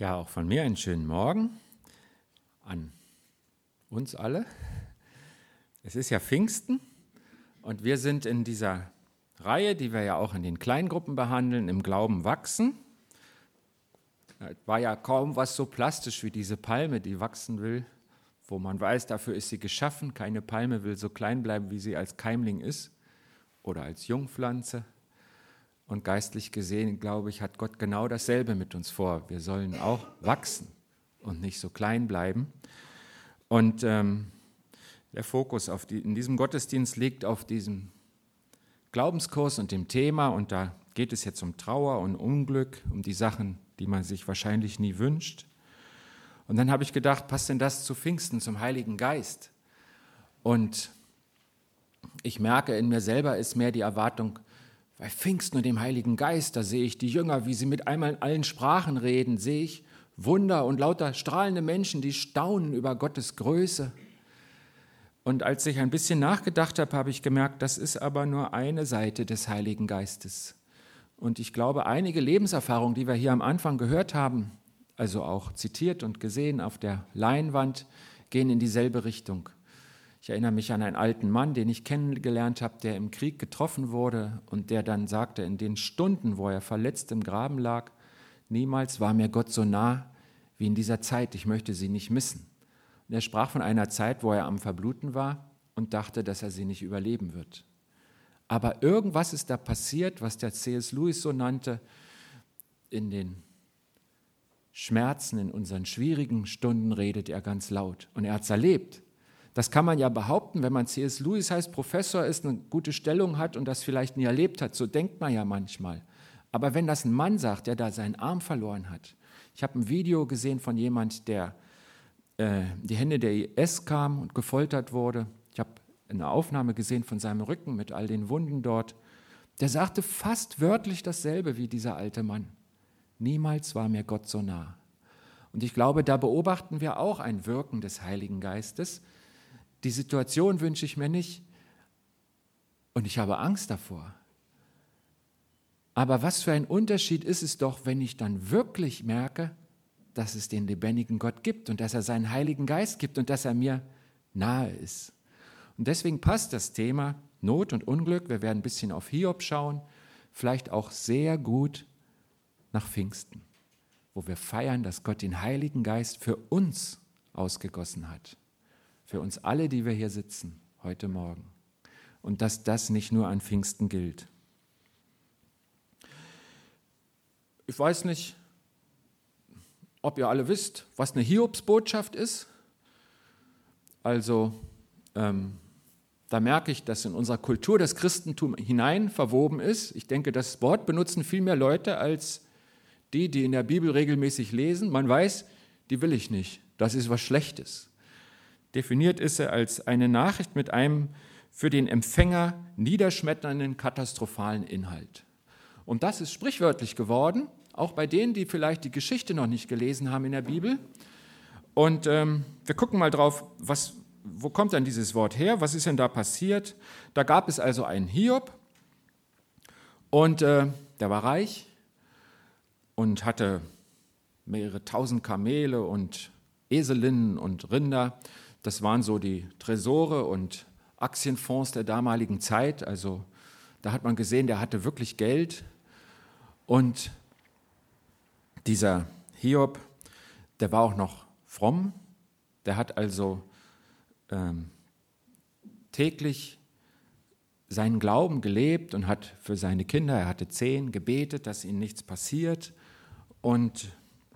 Ja, auch von mir einen schönen Morgen an uns alle. Es ist ja Pfingsten und wir sind in dieser Reihe, die wir ja auch in den Kleingruppen behandeln, im Glauben wachsen. War ja kaum was so plastisch wie diese Palme, die wachsen will, wo man weiß, dafür ist sie geschaffen. Keine Palme will so klein bleiben, wie sie als Keimling ist oder als Jungpflanze. Und geistlich gesehen, glaube ich, hat Gott genau dasselbe mit uns vor. Wir sollen auch wachsen und nicht so klein bleiben. Und der Fokus in diesem Gottesdienst liegt auf diesem Glaubenskurs und dem Thema. Und da geht es jetzt um Trauer und Unglück, um die Sachen, die man sich wahrscheinlich nie wünscht. Und dann habe ich gedacht, passt denn das zu Pfingsten, zum Heiligen Geist? Und ich merke, in mir selber ist mehr die Erwartung, bei Pfingsten und dem Heiligen Geist, da sehe ich die Jünger, wie sie mit einmal in allen Sprachen reden, sehe ich Wunder und lauter strahlende Menschen, die staunen über Gottes Größe. Und als ich ein bisschen nachgedacht habe, habe ich gemerkt, das ist aber nur eine Seite des Heiligen Geistes. Und ich glaube, einige Lebenserfahrungen, die wir hier am Anfang gehört haben, also auch zitiert und gesehen auf der Leinwand, gehen in dieselbe Richtung. Ich erinnere mich an einen alten Mann, den ich kennengelernt habe, der im Krieg getroffen wurde und der dann sagte, in den Stunden, wo er verletzt im Graben lag, niemals war mir Gott so nah wie in dieser Zeit, ich möchte sie nicht missen. Und er sprach von einer Zeit, wo er am Verbluten war und dachte, dass er sie nicht überleben wird. Aber irgendwas ist da passiert, was der C.S. Lewis so nannte, in den Schmerzen, in unseren schwierigen Stunden redet er ganz laut und er hat es erlebt. Das kann man ja behaupten, wenn man C.S. Lewis heißt, Professor ist, eine gute Stellung hat und das vielleicht nie erlebt hat. So denkt man ja manchmal. Aber wenn das ein Mann sagt, der da seinen Arm verloren hat. Ich habe ein Video gesehen von jemand, der die Hände der IS kam und gefoltert wurde. Ich habe eine Aufnahme gesehen von seinem Rücken mit all den Wunden dort. Der sagte fast wörtlich dasselbe wie dieser alte Mann. Niemals war mir Gott so nah. Und ich glaube, da beobachten wir auch ein Wirken des Heiligen Geistes. Die Situation wünsche ich mir nicht und ich habe Angst davor. Aber was für ein Unterschied ist es doch, wenn ich dann wirklich merke, dass es den lebendigen Gott gibt und dass er seinen Heiligen Geist gibt und dass er mir nahe ist. Und deswegen passt das Thema Not und Unglück, wir werden ein bisschen auf Hiob schauen, vielleicht auch sehr gut nach Pfingsten, wo wir feiern, dass Gott den Heiligen Geist für uns ausgegossen hat. Für uns alle, die wir hier sitzen, heute Morgen. Und dass das nicht nur an Pfingsten gilt. Ich weiß nicht, ob ihr alle wisst, was eine Hiobsbotschaft ist. Also, da merke ich, dass in unserer Kultur das Christentum hinein verwoben ist. Ich denke, das Wort benutzen viel mehr Leute als die in der Bibel regelmäßig lesen. Man weiß, die will ich nicht. Das ist was Schlechtes. Definiert ist er als eine Nachricht mit einem für den Empfänger niederschmetternden, katastrophalen Inhalt. Und das ist sprichwörtlich geworden, auch bei denen, die vielleicht die Geschichte noch nicht gelesen haben in der Bibel. Und wir gucken mal drauf, wo kommt dann dieses Wort her? Was ist denn da passiert? Da gab es also einen Hiob und der war reich und hatte mehrere tausend Kamele und Eselinnen und Rinder. Das waren so die Tresore und Aktienfonds der damaligen Zeit. Also da hat man gesehen, der hatte wirklich Geld. Und dieser Hiob, der war auch noch fromm. Der hat also täglich seinen Glauben gelebt und hat für seine Kinder, er hatte 10, gebetet, dass ihnen nichts passiert. Und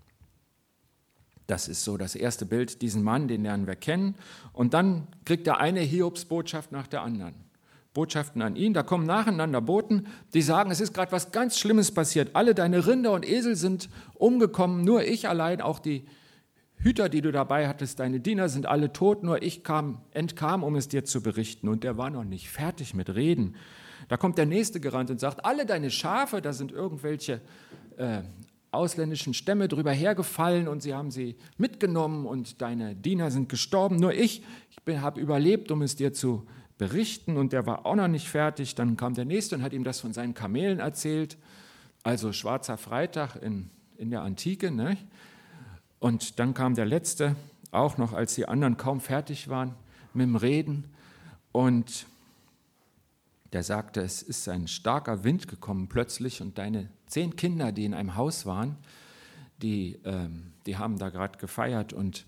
das ist so das erste Bild, diesen Mann, den lernen wir kennen. Und dann kriegt er eine Hiobsbotschaft nach der anderen. Botschaften an ihn, da kommen nacheinander Boten, die sagen, es ist gerade was ganz Schlimmes passiert. Alle deine Rinder und Esel sind umgekommen, nur ich allein, auch die Hüter, die du dabei hattest, deine Diener sind alle tot, nur ich entkam, um es dir zu berichten. Und der war noch nicht fertig mit Reden. Da kommt der Nächste gerannt und sagt, alle deine Schafe, da sind irgendwelche ausländischen Stämme drüber hergefallen und sie haben sie mitgenommen und deine Diener sind gestorben. Nur ich habe überlebt, um es dir zu berichten, und der war auch noch nicht fertig. Dann kam der Nächste und hat ihm das von seinen Kamelen erzählt. Also Schwarzer Freitag in der Antike. Ne? Und dann kam der Letzte, auch noch, als die anderen kaum fertig waren mit dem Reden. Und der sagte, es ist ein starker Wind gekommen plötzlich und deine 10 Kinder, die in einem Haus waren, die haben da gerade gefeiert und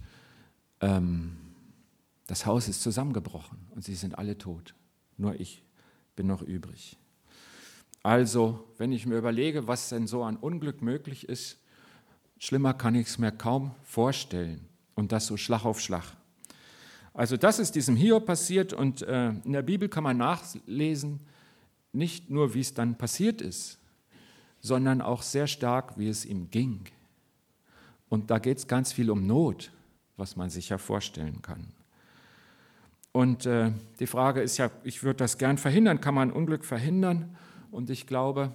das Haus ist zusammengebrochen und sie sind alle tot. Nur ich bin noch übrig. Also, wenn ich mir überlege, was denn so an Unglück möglich ist, schlimmer kann ich es mir kaum vorstellen. Und das so Schlag auf Schlag. Also das ist diesem Hiob passiert und in der Bibel kann man nachlesen, nicht nur, wie es dann passiert ist, sondern auch sehr stark, wie es ihm ging. Und da geht es ganz viel um Not, was man sich ja vorstellen kann. Und die Frage ist ja, ich würde das gern verhindern, kann man Unglück verhindern? Und ich glaube,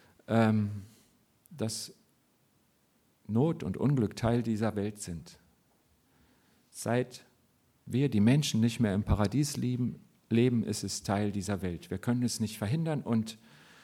dass Not und Unglück Teil dieser Welt sind. Seit wir, die Menschen, nicht mehr im Paradies leben, ist es Teil dieser Welt. Wir können es nicht verhindern und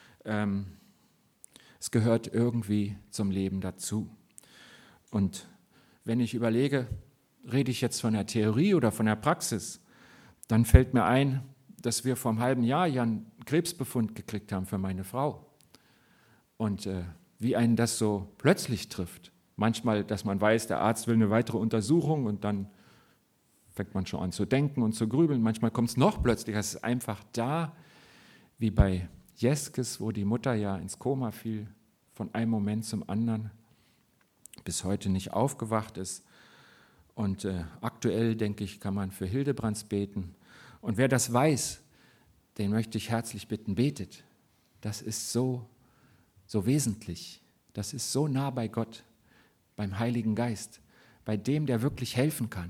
es gehört irgendwie zum Leben dazu. Und wenn ich überlege, rede ich jetzt von der Theorie oder von der Praxis, dann fällt mir ein, dass wir vor einem halben Jahr ja einen Krebsbefund gekriegt haben für meine Frau. Und wie einen das so plötzlich trifft. Manchmal, dass man weiß, der Arzt will eine weitere Untersuchung und dann fängt man schon an zu denken und zu grübeln. Manchmal kommt es noch plötzlich, es ist einfach da, wie bei Jeskes, wo die Mutter ja ins Koma fiel, von einem Moment zum anderen, bis heute nicht aufgewacht ist. Und aktuell, denke ich, kann man für Hildebrands beten. Und wer das weiß, den möchte ich herzlich bitten, betet. Das ist so wesentlich. Das ist so nah bei Gott, beim Heiligen Geist, bei dem, der wirklich helfen kann.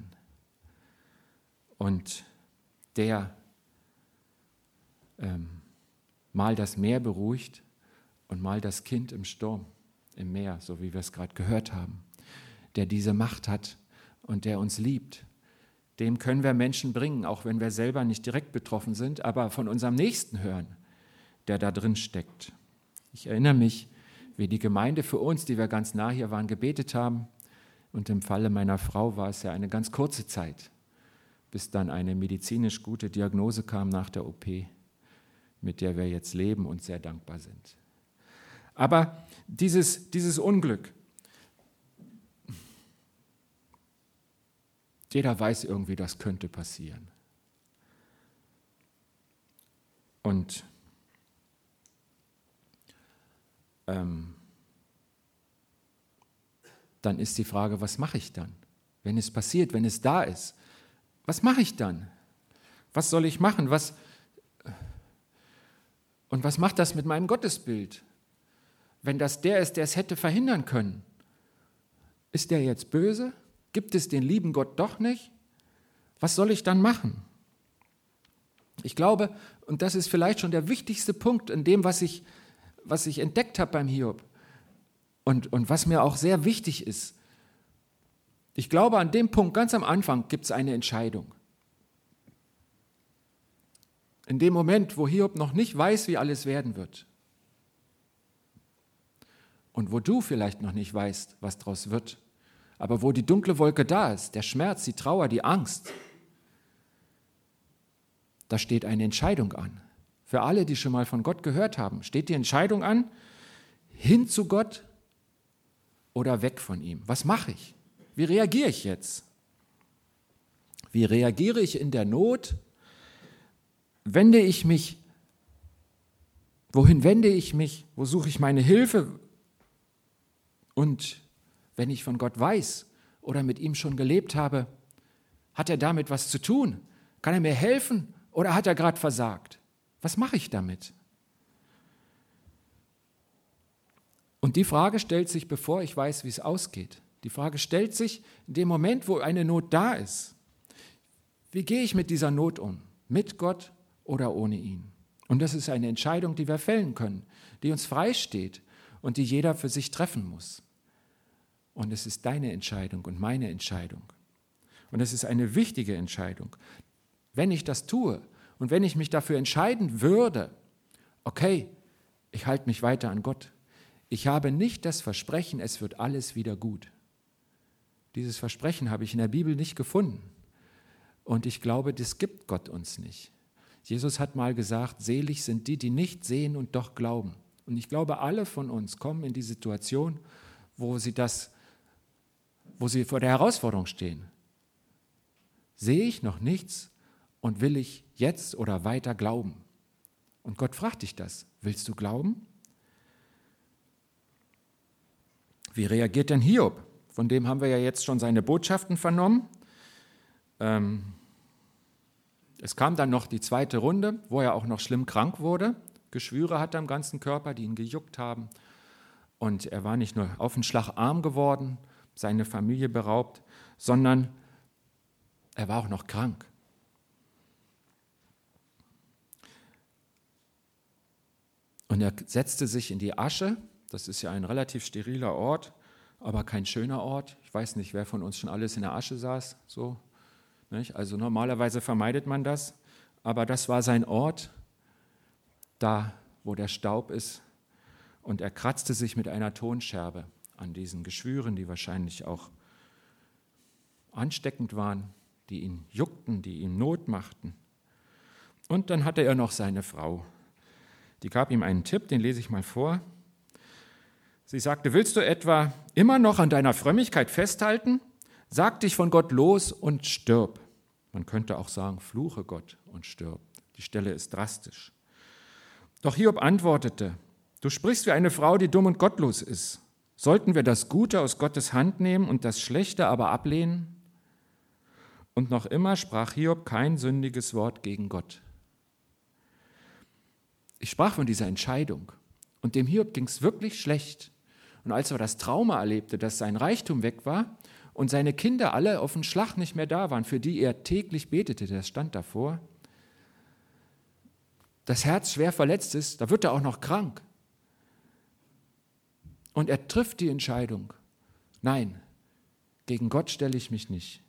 Und der mal das Meer beruhigt und mal das Kind im Sturm, im Meer, so wie wir es gerade gehört haben, der diese Macht hat und der uns liebt. Dem können wir Menschen bringen, auch wenn wir selber nicht direkt betroffen sind, aber von unserem Nächsten hören, der da drin steckt. Ich erinnere mich, wie die Gemeinde für uns, die wir ganz nah hier waren, gebetet haben. Und im Falle meiner Frau war es ja eine ganz kurze Zeit, bis dann eine medizinisch gute Diagnose kam nach der OP, mit der wir jetzt leben und sehr dankbar sind. Aber dieses Unglück, jeder weiß irgendwie, das könnte passieren. Und dann ist die Frage, was mache ich dann? Wenn es passiert, wenn es da ist, was mache ich dann? Was soll ich machen? Und was macht das mit meinem Gottesbild? Wenn das der ist, der es hätte verhindern können, ist der jetzt böse? Gibt es den lieben Gott doch nicht? Was soll ich dann machen? Ich glaube, und das ist vielleicht schon der wichtigste Punkt in dem, was ich entdeckt habe beim Hiob und was mir auch sehr wichtig ist. Ich glaube, an dem Punkt, ganz am Anfang, gibt es eine Entscheidung. In dem Moment, wo Hiob noch nicht weiß, wie alles werden wird und wo du vielleicht noch nicht weißt, was daraus wird, aber wo die dunkle Wolke da ist, der Schmerz, die Trauer, die Angst, da steht eine Entscheidung an. Für alle, die schon mal von Gott gehört haben, steht die Entscheidung an, hin zu Gott oder weg von ihm. Was mache ich? Wie reagiere ich jetzt? Wie reagiere ich in der Not? Wende ich mich? Wohin wende ich mich? Wo suche ich meine Hilfe? Und wenn ich von Gott weiß oder mit ihm schon gelebt habe, hat er damit was zu tun? Kann er mir helfen oder hat er gerade versagt? Was mache ich damit? Und die Frage stellt sich, bevor ich weiß, wie es ausgeht. Die Frage stellt sich in dem Moment, wo eine Not da ist. Wie gehe ich mit dieser Not um? Mit Gott oder ohne ihn? Und das ist eine Entscheidung, die wir fällen können, die uns freisteht und die jeder für sich treffen muss. Und es ist deine Entscheidung und meine Entscheidung. Und es ist eine wichtige Entscheidung. Wenn ich das tue und wenn ich mich dafür entscheiden würde, okay, ich halte mich weiter an Gott. Ich habe nicht das Versprechen, es wird alles wieder gut. Dieses Versprechen habe ich in der Bibel nicht gefunden. Und ich glaube, das gibt Gott uns nicht. Jesus hat mal gesagt, selig sind die, die nicht sehen und doch glauben. Und ich glaube, alle von uns kommen in die Situation, wo sie vor der Herausforderung stehen. Sehe ich noch nichts und will ich jetzt oder weiter glauben? Und Gott fragt dich das. Willst du glauben? Wie reagiert denn Hiob? Von dem haben wir ja jetzt schon seine Botschaften vernommen. Es kam dann noch die zweite Runde, wo er auch noch schlimm krank wurde. Geschwüre hatte am ganzen Körper, die ihn gejuckt haben. Und er war nicht nur auf den Schlag arm geworden, seine Familie beraubt, sondern er war auch noch krank. Und er setzte sich in die Asche. Das ist ja ein relativ steriler Ort, aber kein schöner Ort. Ich weiß nicht, wer von uns schon alles in der Asche saß. So, nicht? Also normalerweise vermeidet man das, aber das war sein Ort, da wo der Staub ist. Und er kratzte sich mit einer Tonscherbe an diesen Geschwüren, die wahrscheinlich auch ansteckend waren, die ihn juckten, die ihm Not machten. Und dann hatte er noch seine Frau. Die gab ihm einen Tipp, den lese ich mal vor. Sie sagte, willst du etwa immer noch an deiner Frömmigkeit festhalten? Sag dich von Gott los und stirb. Man könnte auch sagen, fluche Gott und stirb. Die Stelle ist drastisch. Doch Hiob antwortete, du sprichst wie eine Frau, die dumm und gottlos ist. Sollten wir das Gute aus Gottes Hand nehmen und das Schlechte aber ablehnen? Und noch immer sprach Hiob kein sündiges Wort gegen Gott. Ich sprach von dieser Entscheidung. Und dem Hiob ging es wirklich schlecht. Und als er das Trauma erlebte, dass sein Reichtum weg war und seine Kinder alle auf den Schlag nicht mehr da waren, für die er täglich betete, das stand davor, das Herz schwer verletzt ist, da wird er auch noch krank. Und er trifft die Entscheidung, nein, gegen Gott stelle ich mich nicht.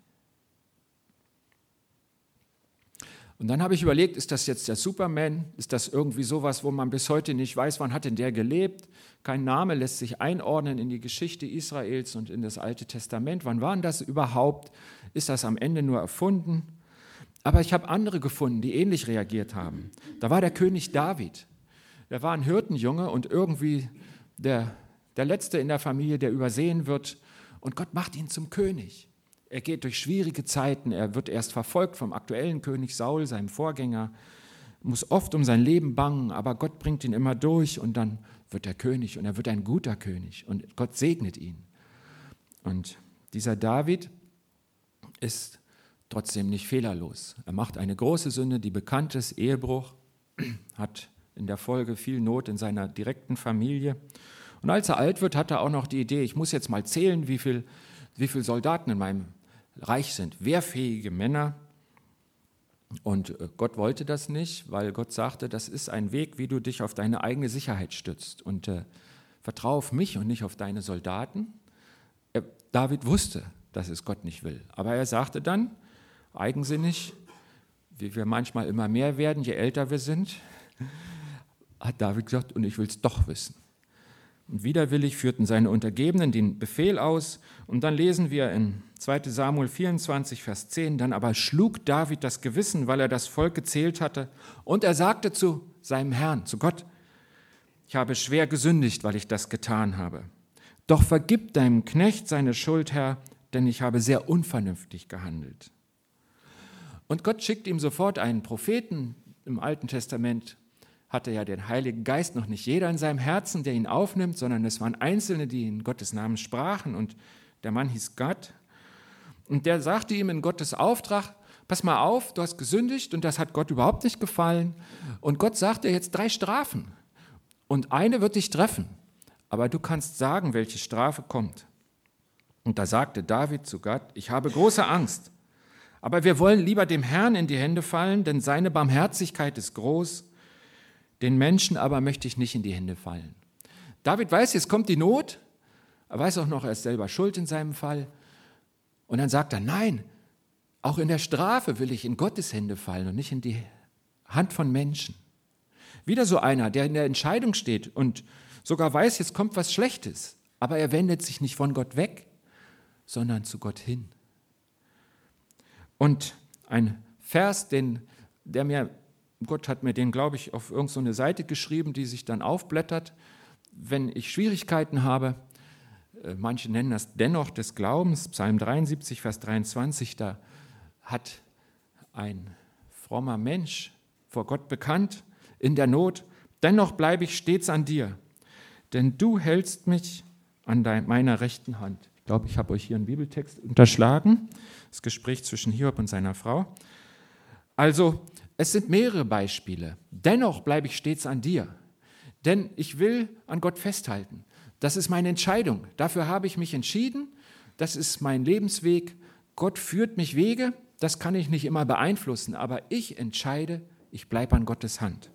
Und dann habe ich überlegt, ist das jetzt der Superman? Ist das irgendwie sowas, wo man bis heute nicht weiß, wann hat denn der gelebt? Kein Name lässt sich einordnen in die Geschichte Israels und in das Alte Testament. Wann war denn das überhaupt? Ist das am Ende nur erfunden? Aber ich habe andere gefunden, die ähnlich reagiert haben. Da war der König David. Der war ein Hirtenjunge und irgendwie der Letzte in der Familie, der übersehen wird. Und Gott macht ihn zum König. Er geht durch schwierige Zeiten, er wird erst verfolgt vom aktuellen König Saul, seinem Vorgänger, muss oft um sein Leben bangen, aber Gott bringt ihn immer durch und dann wird er König und er wird ein guter König und Gott segnet ihn. Und dieser David ist trotzdem nicht fehlerlos. Er macht eine große Sünde, die bekannt ist, Ehebruch, hat in der Folge viel Not in seiner direkten Familie. Und als er alt wird, hat er auch noch die Idee, ich muss jetzt mal zählen, wie viele Soldaten in meinem Reich sind, wehrfähige Männer. Und Gott wollte das nicht, weil Gott sagte, das ist ein Weg, wie du dich auf deine eigene Sicherheit stützt. Und vertraue auf mich und nicht auf deine Soldaten. David wusste, dass es Gott nicht will. Aber er sagte dann, eigensinnig, wie wir manchmal immer mehr werden, je älter wir sind, hat David gesagt, und ich will es doch wissen. Und widerwillig führten seine Untergebenen den Befehl aus. Und dann lesen wir in 2 Samuel 24, Vers 10, dann aber schlug David das Gewissen, weil er das Volk gezählt hatte. Und er sagte zu seinem Herrn, zu Gott, ich habe schwer gesündigt, weil ich das getan habe. Doch vergib deinem Knecht seine Schuld, Herr, denn ich habe sehr unvernünftig gehandelt. Und Gott schickt ihm sofort einen Propheten. Im Alten Testament hatte ja den Heiligen Geist noch nicht jeder in seinem Herzen, der ihn aufnimmt, sondern es waren Einzelne, die in Gottes Namen sprachen und der Mann hieß Gad. Und der sagte ihm in Gottes Auftrag, pass mal auf, du hast gesündigt und das hat Gott überhaupt nicht gefallen. Und Gott sagte jetzt 3 Strafen und eine wird dich treffen, aber du kannst sagen, welche Strafe kommt. Und da sagte David zu Gad, ich habe große Angst, aber wir wollen lieber dem Herrn in die Hände fallen, denn seine Barmherzigkeit ist groß. Den Menschen aber möchte ich nicht in die Hände fallen. David weiß, jetzt kommt die Not. Er weiß auch noch, er ist selber schuld in seinem Fall. Und dann sagt er, nein, auch in der Strafe will ich in Gottes Hände fallen und nicht in die Hand von Menschen. Wieder so einer, der in der Entscheidung steht und sogar weiß, jetzt kommt was Schlechtes. Aber er wendet sich nicht von Gott weg, sondern zu Gott hin. Und ein Vers, Gott hat mir den, glaube ich, auf irgendeine Seite geschrieben, die sich dann aufblättert, wenn ich Schwierigkeiten habe. Manche nennen das dennoch des Glaubens, Psalm 73, Vers 23, da hat ein frommer Mensch vor Gott bekannt, in der Not, dennoch bleibe ich stets an dir, denn du hältst mich an meiner rechten Hand. Ich glaube, ich habe euch hier einen Bibeltext unterschlagen, das Gespräch zwischen Hiob und seiner Frau. Also, es sind mehrere Beispiele. Dennoch bleibe ich stets an dir, denn ich will an Gott festhalten. Das ist meine Entscheidung. Dafür habe ich mich entschieden. Das ist mein Lebensweg. Gott führt mich Wege. Das kann ich nicht immer beeinflussen, aber ich entscheide, ich bleibe an Gottes Hand.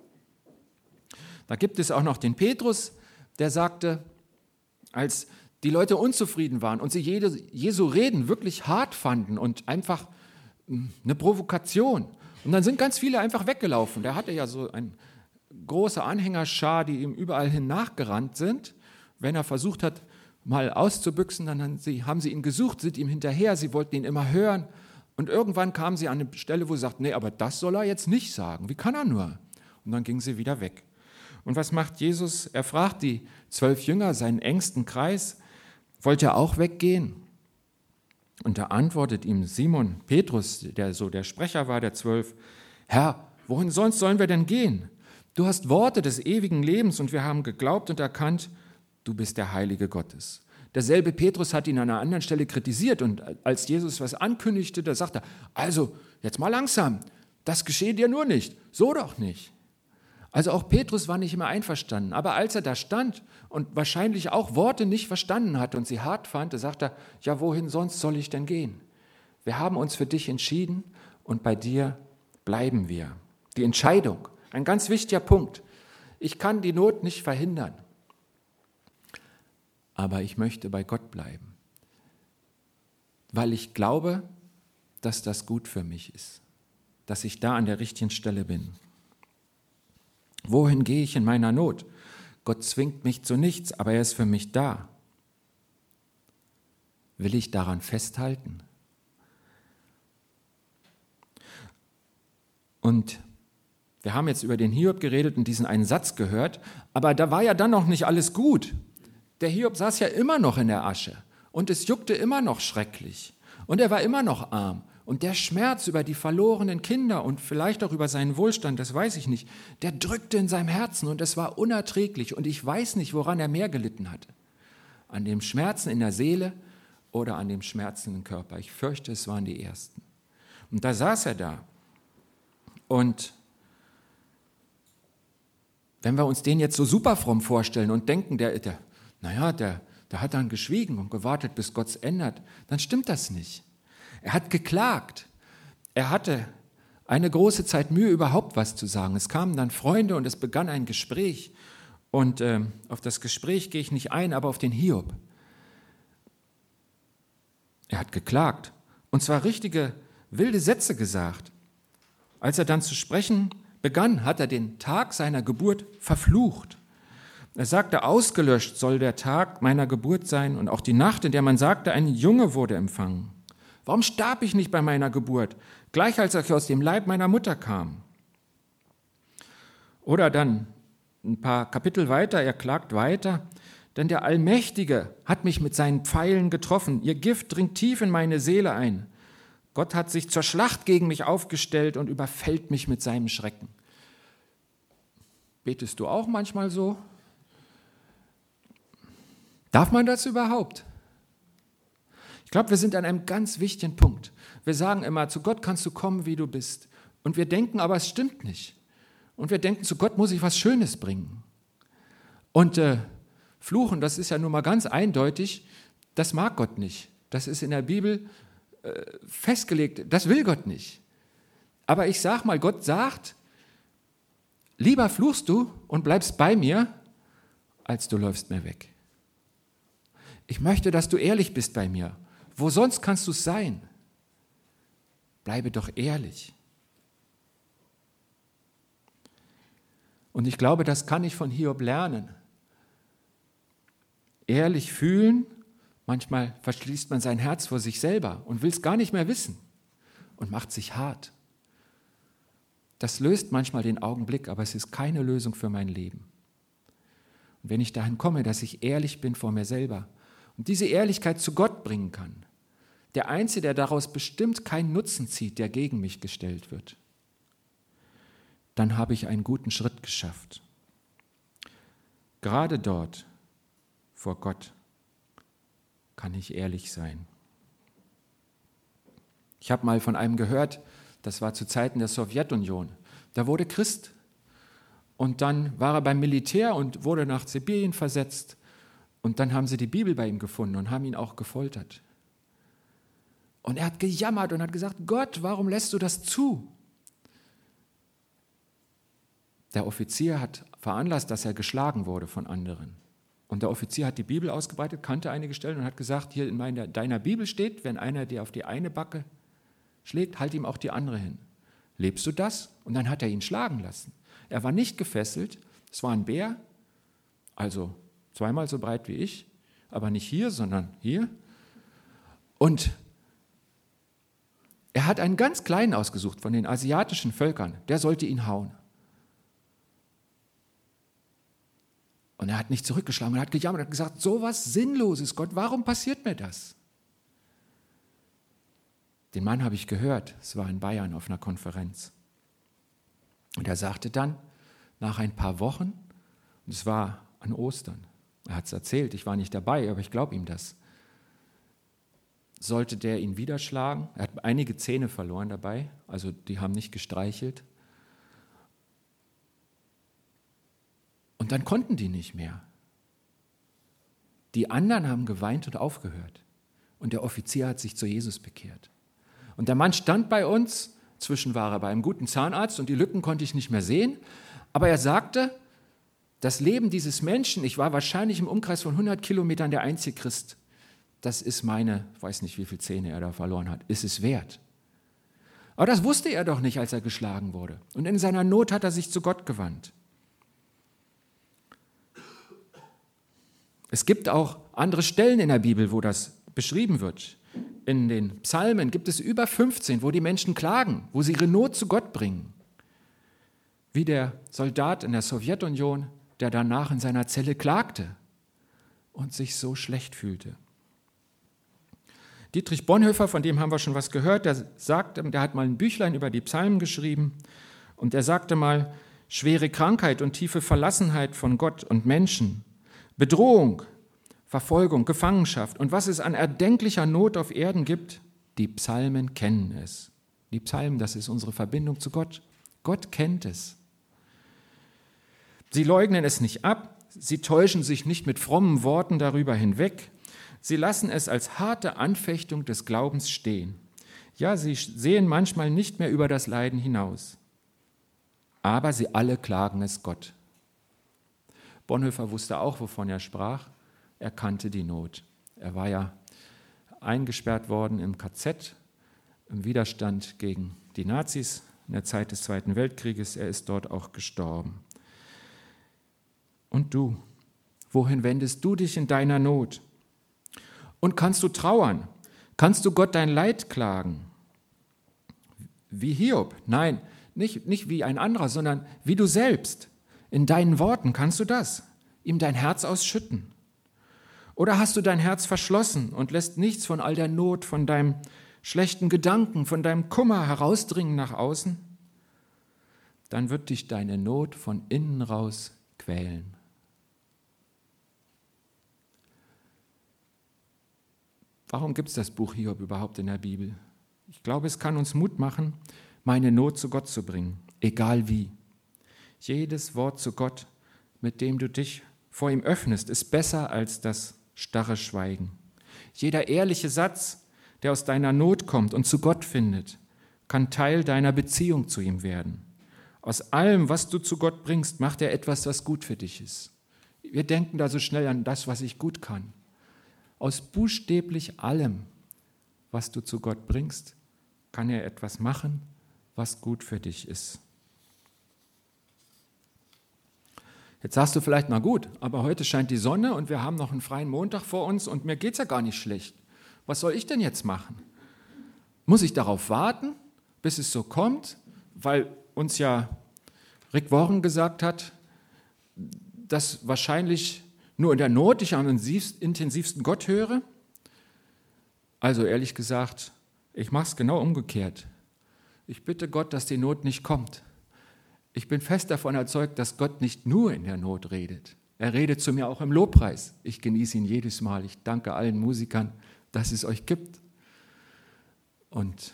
Da gibt es auch noch den Petrus, der sagte, als die Leute unzufrieden waren und sie Jesu Reden wirklich hart fanden und einfach eine Provokation. Und dann sind ganz viele einfach weggelaufen. Der hatte ja so eine große Anhängerschar, die ihm überall hin nachgerannt sind. Wenn er versucht hat, mal auszubüchsen, dann haben sie ihn gesucht, sind ihm hinterher, sie wollten ihn immer hören. Und irgendwann kamen sie an eine Stelle, wo sie sagten, nee, aber das soll er jetzt nicht sagen. Wie kann er nur? Und dann gingen sie wieder weg. Und was macht Jesus? Er fragt die 12 Jünger, seinen engsten Kreis, wollt ihr auch weggehen? Und da antwortet ihm Simon Petrus, der so der Sprecher war, der 12, Herr, wohin sonst sollen wir denn gehen? Du hast Worte des ewigen Lebens und wir haben geglaubt und erkannt, du bist der Heilige Gottes. Derselbe Petrus hat ihn an einer anderen Stelle kritisiert und als Jesus was ankündigte, da sagt er, also jetzt mal langsam, das geschehe dir nur nicht, so doch nicht. Also auch Petrus war nicht immer einverstanden, aber als er da stand und wahrscheinlich auch Worte nicht verstanden hatte und sie hart fand, da sagt er, ja, wohin sonst soll ich denn gehen? Wir haben uns für dich entschieden und bei dir bleiben wir. Die Entscheidung, ein ganz wichtiger Punkt. Ich kann die Not nicht verhindern, aber ich möchte bei Gott bleiben, weil ich glaube, dass das gut für mich ist, dass ich da an der richtigen Stelle bin. Wohin gehe ich in meiner Not? Gott zwingt mich zu nichts, aber er ist für mich da. Will ich daran festhalten? Und wir haben jetzt über den Hiob geredet und diesen einen Satz gehört, aber da war ja dann noch nicht alles gut. Der Hiob saß ja immer noch in der Asche und es juckte immer noch schrecklich und er war immer noch arm. Und der Schmerz über die verlorenen Kinder und vielleicht auch über seinen Wohlstand, das weiß ich nicht, der drückte in seinem Herzen und es war unerträglich. Und ich weiß nicht, woran er mehr gelitten hatte. An dem Schmerzen in der Seele oder an dem Schmerzen im Körper. Ich fürchte, es waren die ersten. Und da saß er da. Und wenn wir uns den jetzt so super fromm vorstellen und denken, der hat dann geschwiegen und gewartet, bis Gott es ändert, dann stimmt das nicht. Er hat geklagt. Er hatte eine große Zeit Mühe, überhaupt was zu sagen. Es kamen dann Freunde und es begann ein Gespräch. Und auf das Gespräch gehe ich nicht ein, aber auf den Hiob. Er hat geklagt. Und zwar richtige, wilde Sätze gesagt. Als er dann zu sprechen begann, hat er den Tag seiner Geburt verflucht. Er sagte, ausgelöscht soll der Tag meiner Geburt sein und auch die Nacht, in der man sagte, ein Junge wurde empfangen. Warum starb ich nicht bei meiner Geburt, gleich als ich aus dem Leib meiner Mutter kam? Oder dann ein paar Kapitel weiter, er klagt weiter, denn der Allmächtige hat mich mit seinen Pfeilen getroffen. Ihr Gift dringt tief in meine Seele ein. Gott hat sich zur Schlacht gegen mich aufgestellt und überfällt mich mit seinem Schrecken. Betest du auch manchmal so? Darf man das überhaupt? Ich glaube, wir sind an einem ganz wichtigen Punkt. Wir sagen immer, zu Gott kannst du kommen, wie du bist. Und wir denken, aber es stimmt nicht. Und wir denken, zu Gott muss ich was Schönes bringen. Und Fluchen, das ist ja nun mal ganz eindeutig, das mag Gott nicht. Das ist in der Bibel festgelegt, das will Gott nicht. Aber ich sag mal, Gott sagt, lieber fluchst du und bleibst bei mir, als du läufst mir weg. Ich möchte, dass du ehrlich bist bei mir. Wo sonst kannst du es sein? Bleibe doch ehrlich. Und ich glaube, das kann ich von Hiob lernen. Ehrlich fühlen Manchmal verschließt man sein Herz vor sich selber und will es gar nicht mehr wissen und macht sich hart. Das löst manchmal den Augenblick, aber es ist keine Lösung für mein Leben. Und wenn ich dahin komme, dass ich ehrlich bin vor mir selber und diese Ehrlichkeit zu Gott bringen kann, der Einzige, der daraus bestimmt keinen Nutzen zieht, der gegen mich gestellt wird, dann habe ich einen guten Schritt geschafft. Gerade dort, vor Gott, kann ich ehrlich sein. Ich habe mal von einem gehört, das war zu Zeiten der Sowjetunion, da wurde Christ und dann war er beim Militär und wurde nach Sibirien versetzt und dann haben sie die Bibel bei ihm gefunden und haben ihn auch gefoltert. Und er hat gejammert und hat gesagt, Gott, warum lässt du das zu? Der Offizier hat veranlasst, dass er geschlagen wurde von anderen. Und der Offizier hat die Bibel ausgebreitet, kannte einige Stellen und hat gesagt, hier in deiner Bibel steht, wenn einer dir auf die eine Backe schlägt, halt ihm auch die andere hin. Lebst du das? Und dann hat er ihn schlagen lassen. Er war nicht gefesselt, es war ein Bär, also zweimal so breit wie ich, aber nicht hier, sondern hier. Und er hat einen ganz kleinen ausgesucht von den asiatischen Völkern, der sollte ihn hauen. Und er hat nicht zurückgeschlagen, er hat gejammert, er hat gesagt, so was Sinnloses, Gott, warum passiert mir das? Den Mann habe ich gehört, es war in Bayern auf einer Konferenz. Und er sagte dann, nach ein paar Wochen, und es war an Ostern, er hat es erzählt, ich war nicht dabei, aber ich glaube ihm das, sollte der ihn wieder schlagen. Er hat einige Zähne verloren dabei, also die haben nicht gestreichelt. Und dann konnten die nicht mehr. Die anderen haben geweint und aufgehört. Und der Offizier hat sich zu Jesus bekehrt. Und der Mann stand bei uns, zwischen war er bei einem guten Zahnarzt und die Lücken konnte ich nicht mehr sehen. Aber er sagte, das Leben dieses Menschen, ich war wahrscheinlich im Umkreis von 100 Kilometern der einzige Christ, das ist meine, ich weiß nicht, wie viele Zähne er da verloren hat, ist es wert. Aber das wusste er doch nicht, als er geschlagen wurde. Und in seiner Not hat er sich zu Gott gewandt. Es gibt auch andere Stellen in der Bibel, wo das beschrieben wird. In den Psalmen gibt es über 15, wo die Menschen klagen, wo sie ihre Not zu Gott bringen. Wie der Soldat in der Sowjetunion, der danach in seiner Zelle klagte und sich so schlecht fühlte. Dietrich Bonhoeffer, von dem haben wir schon was gehört, der hat mal ein Büchlein über die Psalmen geschrieben und er sagte mal, schwere Krankheit und tiefe Verlassenheit von Gott und Menschen, Bedrohung, Verfolgung, Gefangenschaft und was es an erdenklicher Not auf Erden gibt, die Psalmen kennen es. Die Psalmen, das ist unsere Verbindung zu Gott. Gott kennt es. Sie leugnen es nicht ab, sie täuschen sich nicht mit frommen Worten darüber hinweg, sie lassen es als harte Anfechtung des Glaubens stehen. Ja, sie sehen manchmal nicht mehr über das Leiden hinaus, aber sie alle klagen es Gott. Bonhoeffer wusste auch, wovon er sprach. Er kannte die Not. Er war ja eingesperrt worden im KZ, im Widerstand gegen die Nazis in der Zeit des Zweiten Weltkrieges. Er ist dort auch gestorben. Und du, wohin wendest du dich in deiner Not? Und kannst du trauern? Kannst du Gott dein Leid klagen? Wie Hiob? Nein, nicht wie ein anderer, sondern wie du selbst. In deinen Worten kannst du das, ihm dein Herz ausschütten. Oder hast du dein Herz verschlossen und lässt nichts von all der Not, von deinem schlechten Gedanken, von deinem Kummer herausdringen nach außen? Dann wird dich deine Not von innen raus quälen. Warum gibt es das Buch Hiob überhaupt in der Bibel? Ich glaube, es kann uns Mut machen, meine Not zu Gott zu bringen, egal wie. Jedes Wort zu Gott, mit dem du dich vor ihm öffnest, ist besser als das starre Schweigen. Jeder ehrliche Satz, der aus deiner Not kommt und zu Gott findet, kann Teil deiner Beziehung zu ihm werden. Aus allem, was du zu Gott bringst, macht er etwas, was gut für dich ist. Wir denken da so schnell an das, was ich gut kann. Aus buchstäblich allem, was du zu Gott bringst, kann er etwas machen, was gut für dich ist. Jetzt sagst du vielleicht, na gut, aber heute scheint die Sonne und wir haben noch einen freien Montag vor uns und mir geht es ja gar nicht schlecht. Was soll ich denn jetzt machen? Muss ich darauf warten, bis es so kommt? Weil uns ja Rick Warren gesagt hat, dass wahrscheinlich nur in der Not ich am intensivsten Gott höre. Also ehrlich gesagt, ich mache es genau umgekehrt. Ich bitte Gott, dass die Not nicht kommt. Ich bin fest davon überzeugt, dass Gott nicht nur in der Not redet. Er redet zu mir auch im Lobpreis. Ich genieße ihn jedes Mal. Ich danke allen Musikern, dass es euch gibt. Und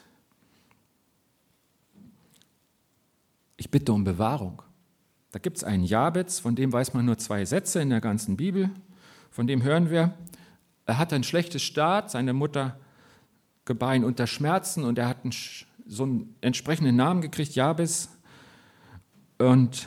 ich bitte um Bewahrung. Da gibt es einen Jabez, von dem weiß man nur 2 Sätze in der ganzen Bibel. Von dem hören wir, er hatte ein schlechtes Start, seine Mutter gebar ihn unter Schmerzen und er hat so einen entsprechenden Namen gekriegt, Jabez. Und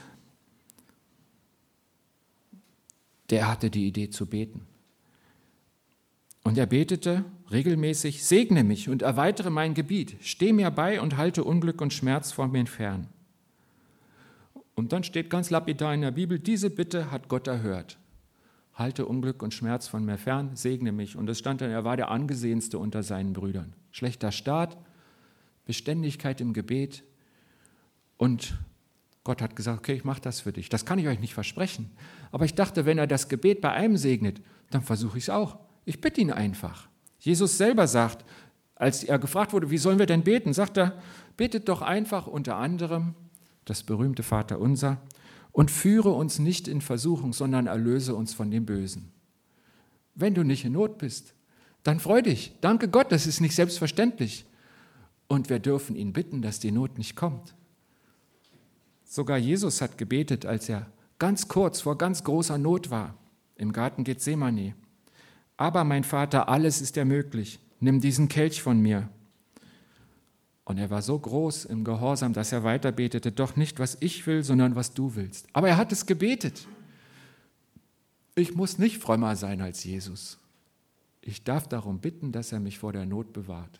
der hatte die Idee zu beten. Und er betete regelmäßig, segne mich und erweitere mein Gebiet, steh mir bei und halte Unglück und Schmerz vor mir fern. Und dann steht ganz lapidar in der Bibel, diese Bitte hat Gott erhört. Halte Unglück und Schmerz von mir fern, segne mich. Und es stand dann, er war der Angesehenste unter seinen Brüdern. Schlechter Start, Beständigkeit im Gebet. Und Gott hat gesagt, okay, ich mache das für dich. Das kann ich euch nicht versprechen. Aber ich dachte, wenn er das Gebet bei einem segnet, dann versuche ich es auch. Ich bitte ihn einfach. Jesus selber sagt, als er gefragt wurde, wie sollen wir denn beten, sagt er, betet doch einfach unter anderem das berühmte Vaterunser und führe uns nicht in Versuchung, sondern erlöse uns von dem Bösen. Wenn du nicht in Not bist, dann freu dich. Danke Gott, das ist nicht selbstverständlich. Und wir dürfen ihn bitten, dass die Not nicht kommt. Sogar Jesus hat gebetet, als er ganz kurz vor ganz großer Not war, im Garten Gethsemane. Aber mein Vater, alles ist dir möglich. Nimm diesen Kelch von mir. Und er war so groß im Gehorsam, dass er weiter betete, doch nicht, was ich will, sondern was du willst. Aber er hat es gebetet. Ich muss nicht frömmer sein als Jesus. Ich darf darum bitten, dass er mich vor der Not bewahrt.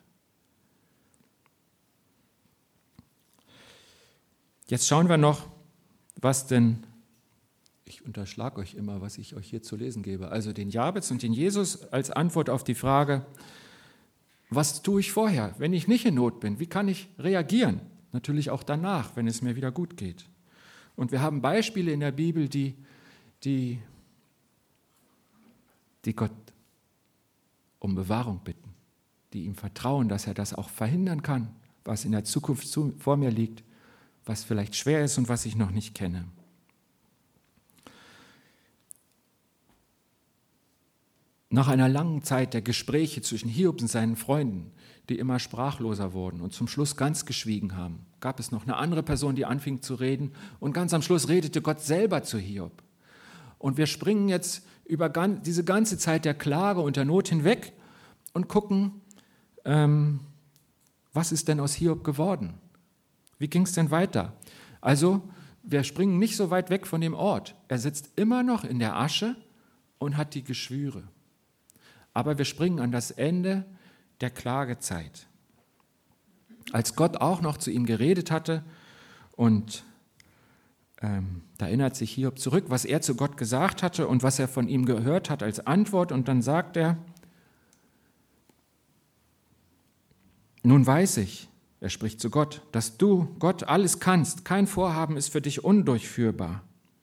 Jetzt schauen wir noch, was denn, ich unterschlage euch immer, was ich euch hier zu lesen gebe, also den Jabez und den Jesus als Antwort auf die Frage, was tue ich vorher, wenn ich nicht in Not bin? Wie kann ich reagieren? Natürlich auch danach, wenn es mir wieder gut geht. Und wir haben Beispiele in der Bibel, die Gott um Bewahrung bitten, die ihm vertrauen, dass er das auch verhindern kann, was in der Zukunft vor mir liegt, was vielleicht schwer ist und was ich noch nicht kenne. Nach einer langen Zeit der Gespräche zwischen Hiob und seinen Freunden, die immer sprachloser wurden und zum Schluss ganz geschwiegen haben, gab es noch eine andere Person, die anfing zu reden und ganz am Schluss redete Gott selber zu Hiob. Und wir springen jetzt über diese ganze Zeit der Klage und der Not hinweg und gucken, was ist denn aus Hiob geworden? Wie ging es denn weiter? Also, wir springen nicht so weit weg von dem Ort. Er sitzt immer noch in der Asche und hat die Geschwüre. Aber wir springen an das Ende der Klagezeit. Als Gott auch noch zu ihm geredet hatte und da erinnert sich Hiob zurück, was er zu Gott gesagt hatte und was er von ihm gehört hat als Antwort. Und dann sagt er, nun weiß ich, er spricht zu Gott, dass du, Gott, alles kannst. Kein Vorhaben ist für dich undurchführbar.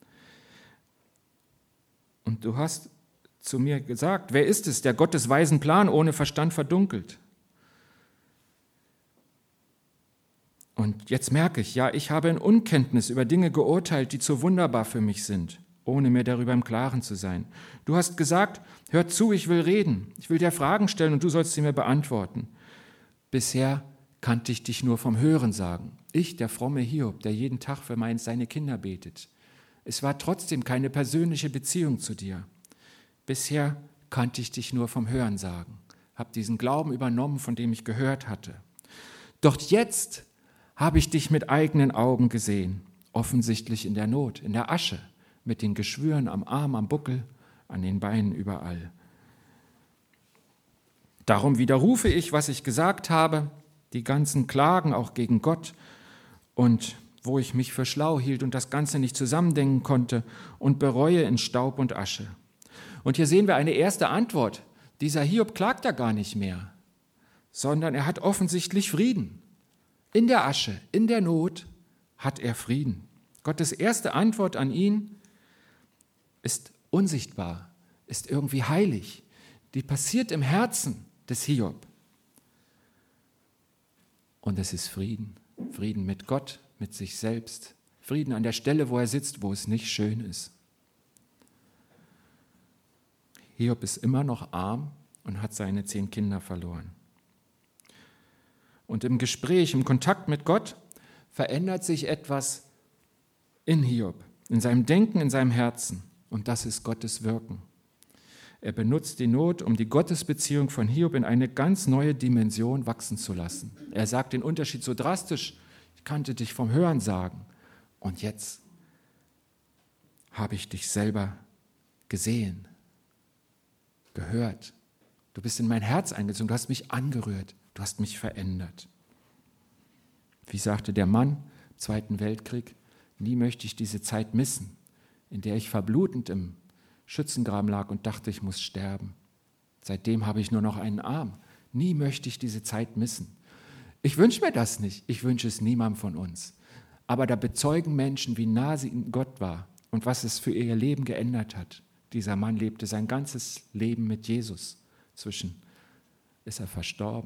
Und du hast zu mir gesagt, wer ist es, der Gottes weisen Plan ohne Verstand verdunkelt? Und jetzt merke ich, ja, ich habe in Unkenntnis über Dinge geurteilt, die zu wunderbar für mich sind, ohne mir darüber im Klaren zu sein. Du hast gesagt, hör zu, ich will reden, ich will dir Fragen stellen und du sollst sie mir beantworten. Bisher kannte ich dich nur vom Hören sagen. Ich, der fromme Hiob, der jeden Tag für seine Kinder betet. Es war trotzdem keine persönliche Beziehung zu dir. Bisher kannte ich dich nur vom Hören sagen, habe diesen Glauben übernommen, von dem ich gehört hatte. Doch jetzt habe ich dich mit eigenen Augen gesehen, offensichtlich in der Not, in der Asche, mit den Geschwüren am Arm, am Buckel, an den Beinen, überall. Darum widerrufe ich, was ich gesagt habe, die ganzen Klagen auch gegen Gott und wo ich mich für schlau hielt und das Ganze nicht zusammendenken konnte und bereue in Staub und Asche. Und hier sehen wir eine erste Antwort. Dieser Hiob klagt ja gar nicht mehr, sondern er hat offensichtlich Frieden. In der Asche, in der Not hat er Frieden. Gottes erste Antwort an ihn ist unsichtbar, ist irgendwie heilig. Die passiert im Herzen des Hiob. Und es ist Frieden. Frieden mit Gott, mit sich selbst. Frieden an der Stelle, wo er sitzt, wo es nicht schön ist. Hiob ist immer noch arm und hat seine 10 Kinder verloren. Und im Gespräch, im Kontakt mit Gott verändert sich etwas in Hiob, in seinem Denken, in seinem Herzen. Und das ist Gottes Wirken. Er benutzt die Not, um die Gottesbeziehung von Hiob in eine ganz neue Dimension wachsen zu lassen. Er sagt den Unterschied so drastisch: Ich kannte dich vom Hörensagen und jetzt habe ich dich selber gesehen, gehört. Du bist in mein Herz eingezogen, du hast mich angerührt, du hast mich verändert. Wie sagte der Mann im Zweiten Weltkrieg: Nie möchte ich diese Zeit missen, in der ich verblutend im Schützengraben lag und dachte, ich muss sterben. Seitdem habe ich nur noch einen Arm. Nie möchte ich diese Zeit missen. Ich wünsche mir das nicht. Ich wünsche es niemandem von uns. Aber da bezeugen Menschen, wie nah sie in Gott war und was es für ihr Leben geändert hat. Dieser Mann lebte sein ganzes Leben mit Jesus. Inzwischen ist er verstorben.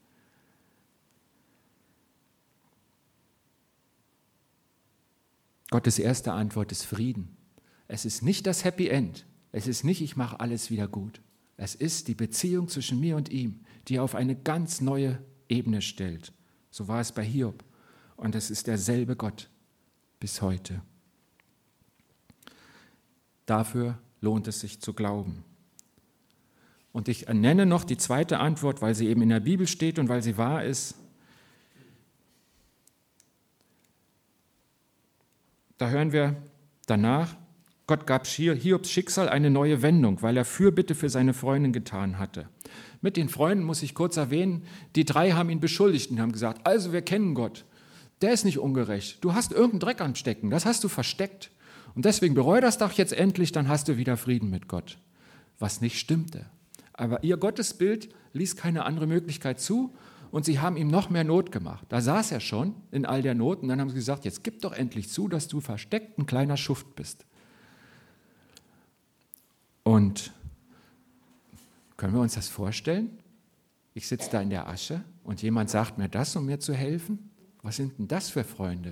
Gottes erste Antwort ist Frieden. Es ist nicht das Happy End. Es ist nicht, ich mache alles wieder gut. Es ist die Beziehung zwischen mir und ihm, die er auf eine ganz neue Ebene stellt. So war es bei Hiob. Und es ist derselbe Gott bis heute. Dafür lohnt es sich zu glauben. Und ich nenne noch die zweite Antwort, weil sie eben in der Bibel steht und weil sie wahr ist. Da hören wir danach: Gott gab Hiobs Schicksal eine neue Wendung, weil er Fürbitte für seine Freundin getan hatte. Mit den Freunden muss ich kurz erwähnen, die 3 haben ihn beschuldigt und haben gesagt: Also wir kennen Gott, der ist nicht ungerecht, du hast irgendeinen Dreck am Stecken, das hast du versteckt und deswegen bereu das doch jetzt endlich, dann hast du wieder Frieden mit Gott. Was nicht stimmte. Aber ihr Gottesbild ließ keine andere Möglichkeit zu und sie haben ihm noch mehr Not gemacht. Da saß er schon in all der Not und dann haben sie gesagt: Jetzt gib doch endlich zu, dass du versteckt ein kleiner Schuft bist. Und können wir uns das vorstellen? Ich sitze da in der Asche und jemand sagt mir das, um mir zu helfen? Was sind denn das für Freunde?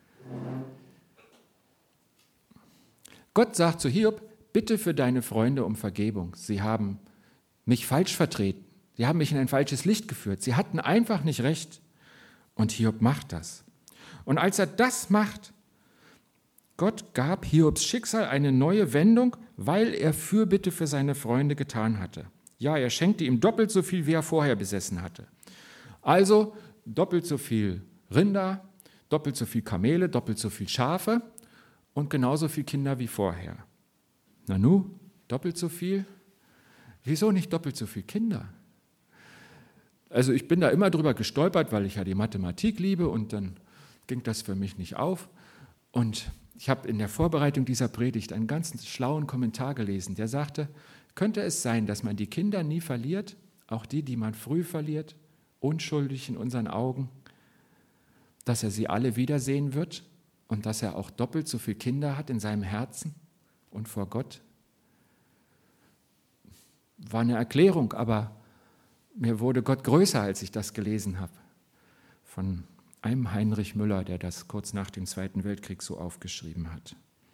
Gott sagt zu Hiob: Bitte für deine Freunde um Vergebung. Sie haben mich falsch vertreten. Sie haben mich in ein falsches Licht geführt. Sie hatten einfach nicht recht. Und Hiob macht das. Und als er das macht, Gott gab Hiobs Schicksal eine neue Wendung, weil er Fürbitte für seine Freunde getan hatte. Ja, er schenkte ihm doppelt so viel, wie er vorher besessen hatte. Also doppelt so viel Rinder, doppelt so viel Kamele, doppelt so viel Schafe und genauso viel Kinder wie vorher. Nanu, doppelt so viel? Wieso nicht doppelt so viel Kinder? Also ich bin da immer drüber gestolpert, weil ich ja die Mathematik liebe und dann ging das für mich nicht auf. Und ich habe in der Vorbereitung dieser Predigt einen ganz schlauen Kommentar gelesen, der sagte: Könnte es sein, dass man die Kinder nie verliert, auch die, die man früh verliert, unschuldig in unseren Augen, dass er sie alle wiedersehen wird und dass er auch doppelt so viele Kinder hat in seinem Herzen und vor Gott? War eine Erklärung, aber mir wurde Gott größer, als ich das gelesen habe. Von einem Heinrich Müller, der das kurz nach dem Zweiten Weltkrieg so aufgeschrieben hat.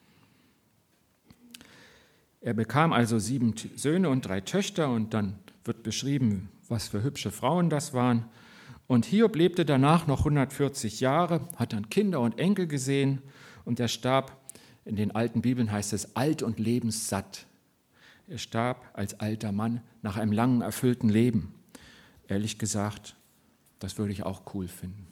Er bekam also 7 Söhne und 3 Töchter und dann wird beschrieben, was für hübsche Frauen das waren. Und Hiob lebte danach noch 140 Jahre, hat dann Kinder und Enkel gesehen und er starb, in den alten Bibeln heißt es, alt und lebenssatt. Er starb als alter Mann nach einem langen, erfüllten Leben. Ehrlich gesagt, das würde ich auch cool finden.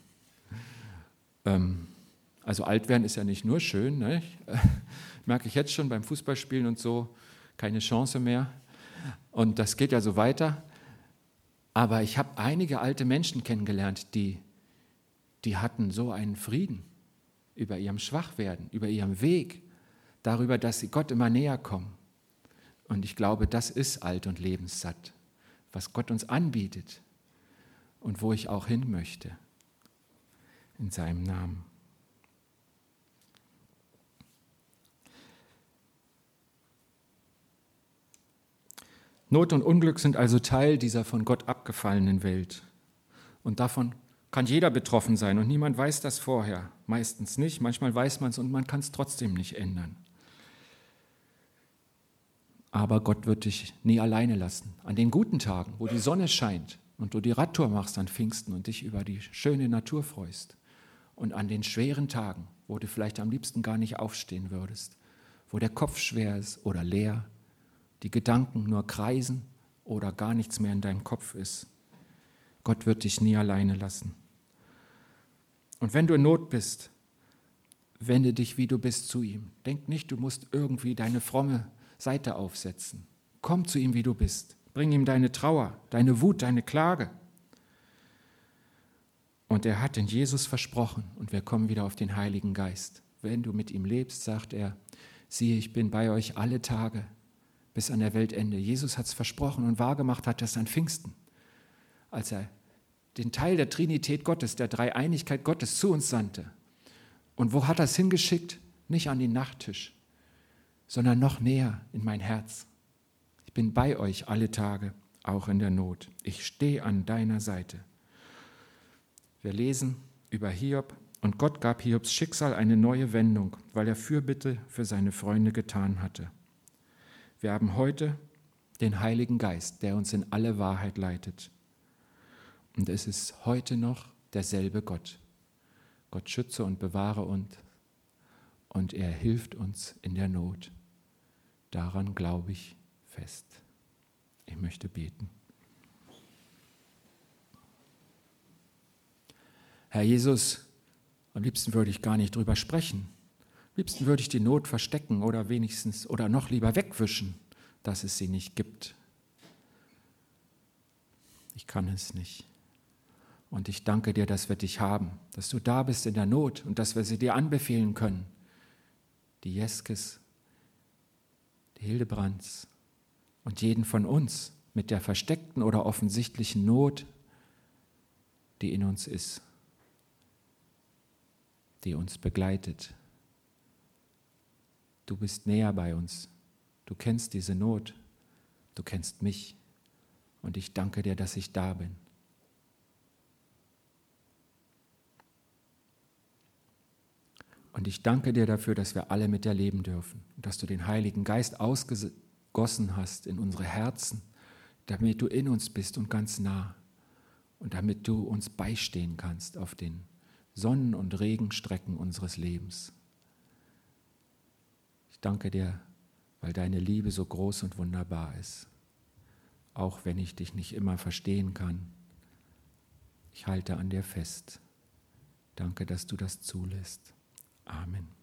Also alt werden ist ja nicht nur schön, ne? Merke ich jetzt schon beim Fußballspielen und so, keine Chance mehr. Und das geht ja so weiter. Aber ich habe einige alte Menschen kennengelernt, die hatten so einen Frieden. über ihrem Schwachwerden, über ihrem Weg, darüber, dass sie Gott immer näher kommen. Und ich glaube, das ist alt und lebenssatt, was Gott uns anbietet und wo ich auch hin möchte, in seinem Namen. Not und Unglück sind also Teil dieser von Gott abgefallenen Welt. Und davon kann jeder betroffen sein und niemand weiß das vorher. Meistens nicht, manchmal weiß man es und man kann es trotzdem nicht ändern. Aber Gott wird dich nie alleine lassen. An den guten Tagen, wo die Sonne scheint und du die Radtour machst an Pfingsten und dich über die schöne Natur freust. Und an den schweren Tagen, wo du vielleicht am liebsten gar nicht aufstehen würdest, wo der Kopf schwer ist oder leer, die Gedanken nur kreisen oder gar nichts mehr in deinem Kopf ist. Gott wird dich nie alleine lassen. Und wenn du in Not bist, wende dich, wie du bist, zu ihm. Denk nicht, du musst irgendwie deine fromme Seite aufsetzen. Komm zu ihm, wie du bist. Bring ihm deine Trauer, deine Wut, deine Klage. Und er hat in Jesus versprochen, und wir kommen wieder auf den Heiligen Geist. Wenn du mit ihm lebst, sagt er, siehe, ich bin bei euch alle Tage bis an der Weltende. Jesus hat es versprochen und wahrgemacht hat das an Pfingsten, als er den Teil der Trinität Gottes, der Dreieinigkeit Gottes zu uns sandte. Und wo hat er es hingeschickt? Nicht an den Nachttisch, sondern noch näher in mein Herz. Ich bin bei euch alle Tage, auch in der Not. Ich stehe an deiner Seite. Wir lesen über Hiob und Gott gab Hiobs Schicksal eine neue Wendung, weil er Fürbitte für seine Freunde getan hatte. Wir haben heute den Heiligen Geist, der uns in alle Wahrheit leitet. Und es ist heute noch derselbe Gott. Gott schütze und bewahre uns und er hilft uns in der Not. Daran glaube ich fest. Ich möchte beten. Herr Jesus, am liebsten würde ich gar nicht drüber sprechen. Am liebsten würde ich die Not verstecken oder wenigstens oder noch lieber wegwischen, dass es sie nicht gibt. Ich kann es nicht. Und ich danke dir, dass wir dich haben, dass du da bist in der Not und dass wir sie dir anbefehlen können. Die Jeskes, die Hildebrands und jeden von uns mit der versteckten oder offensichtlichen Not, die in uns ist, die uns begleitet. Du bist näher bei uns. Du kennst diese Not. Du kennst mich. Und ich danke dir, dass ich da bin. Und ich danke dir dafür, dass wir alle mit dir leben dürfen. Und dass du den Heiligen Geist ausgegossen hast in unsere Herzen, damit du in uns bist und ganz nah. Und damit du uns beistehen kannst auf den Sonnen- und Regenstrecken unseres Lebens. Ich danke dir, weil deine Liebe so groß und wunderbar ist. Auch wenn ich dich nicht immer verstehen kann. Ich halte an dir fest. Danke, dass du das zulässt. Amen.